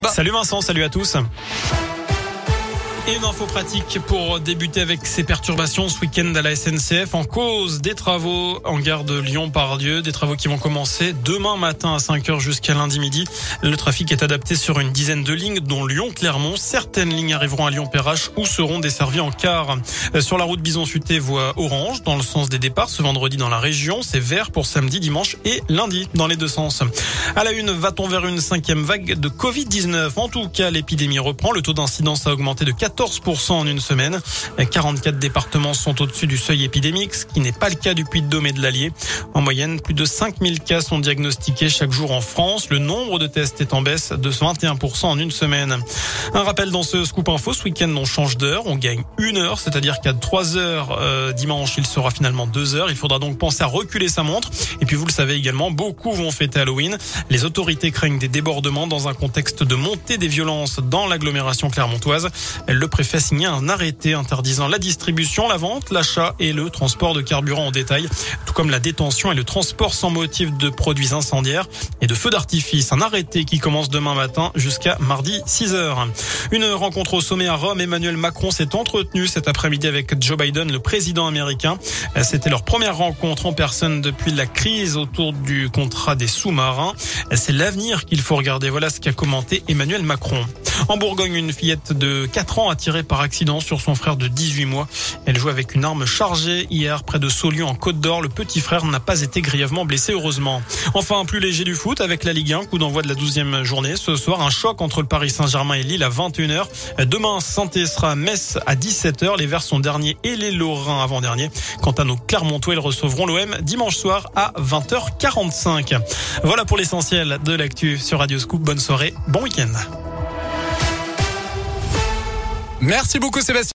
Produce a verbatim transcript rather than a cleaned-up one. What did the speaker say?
Bah. Salut Vincent, salut à tous. Et une info pratique pour débuter avec ces perturbations ce week-end à la S N C F en cause des travaux en gare de Lyon-Part-Dieu, des travaux qui vont commencer demain matin à cinq heures jusqu'à lundi midi. Le trafic est adapté sur une dizaine de lignes dont Lyon-Clermont. Certaines lignes arriveront à Lyon-Perrache ou seront desservies en car. Sur la route Bison-Futé, voie orange dans le sens des départs ce vendredi dans la région. C'est vert pour samedi, dimanche et lundi dans les deux sens. À la une, va-t-on vers une cinquième vague de covid dix-neuf? En tout cas, l'épidémie reprend. Le taux d'incidence a augmenté de quatorze pour cent en une semaine. quarante-quatre départements sont au-dessus du seuil épidémique, ce qui n'est pas le cas du Puy-de-Dôme et de l'Allier. En moyenne, plus de cinq mille cas sont diagnostiqués chaque jour en France. Le nombre de tests est en baisse de vingt et un pour cent en une semaine. Un rappel dans ce Scoop Info, ce week-end on change d'heure, on gagne une heure, c'est-à-dire qu'à trois heures euh, dimanche, il sera finalement deux heures. Il faudra donc penser à reculer sa montre. Et puis vous le savez également, beaucoup vont fêter Halloween. Les autorités craignent des débordements dans un contexte de montée des violences dans l'agglomération clermontoise. Le préfet a signé un arrêté interdisant la distribution, la vente, l'achat et le transport de carburant en détail, tout comme la détention et le transport sans motif de produits incendiaires et de feux d'artifice. Un arrêté qui commence demain matin jusqu'à mardi six heures. Une rencontre au sommet à Rome. Emmanuel Macron s'est entretenu cet après-midi avec Joe Biden, le président américain. C'était leur première rencontre en personne depuis la crise autour du contrat des sous-marins. C'est l'avenir qu'il faut regarder. Voilà ce qu'a commenté Emmanuel Macron. En Bourgogne, une fillette de quatre ans a tiré par accident sur son frère de dix-huit mois. Elle jouait avec une arme chargée hier près de Saulieu en Côte d'Or. Le petit frère n'a pas été grièvement blessé, heureusement. Enfin, plus léger du foot avec la Ligue un, coup d'envoi de la douzième journée. Ce soir, un choc entre le Paris Saint-Germain et Lille à vingt et une heures. Demain, Saint-Étienne sera à Metz à dix-sept heures. Les Verts sont derniers et les Lorrains avant-derniers. Quant à nos Clermontois, ils recevront l'O M dimanche soir à vingt heures quarante-cinq. Voilà pour l'essentiel de l'actu sur Radio Scoop. Bonne soirée, bon week-end. Merci beaucoup Sébastien.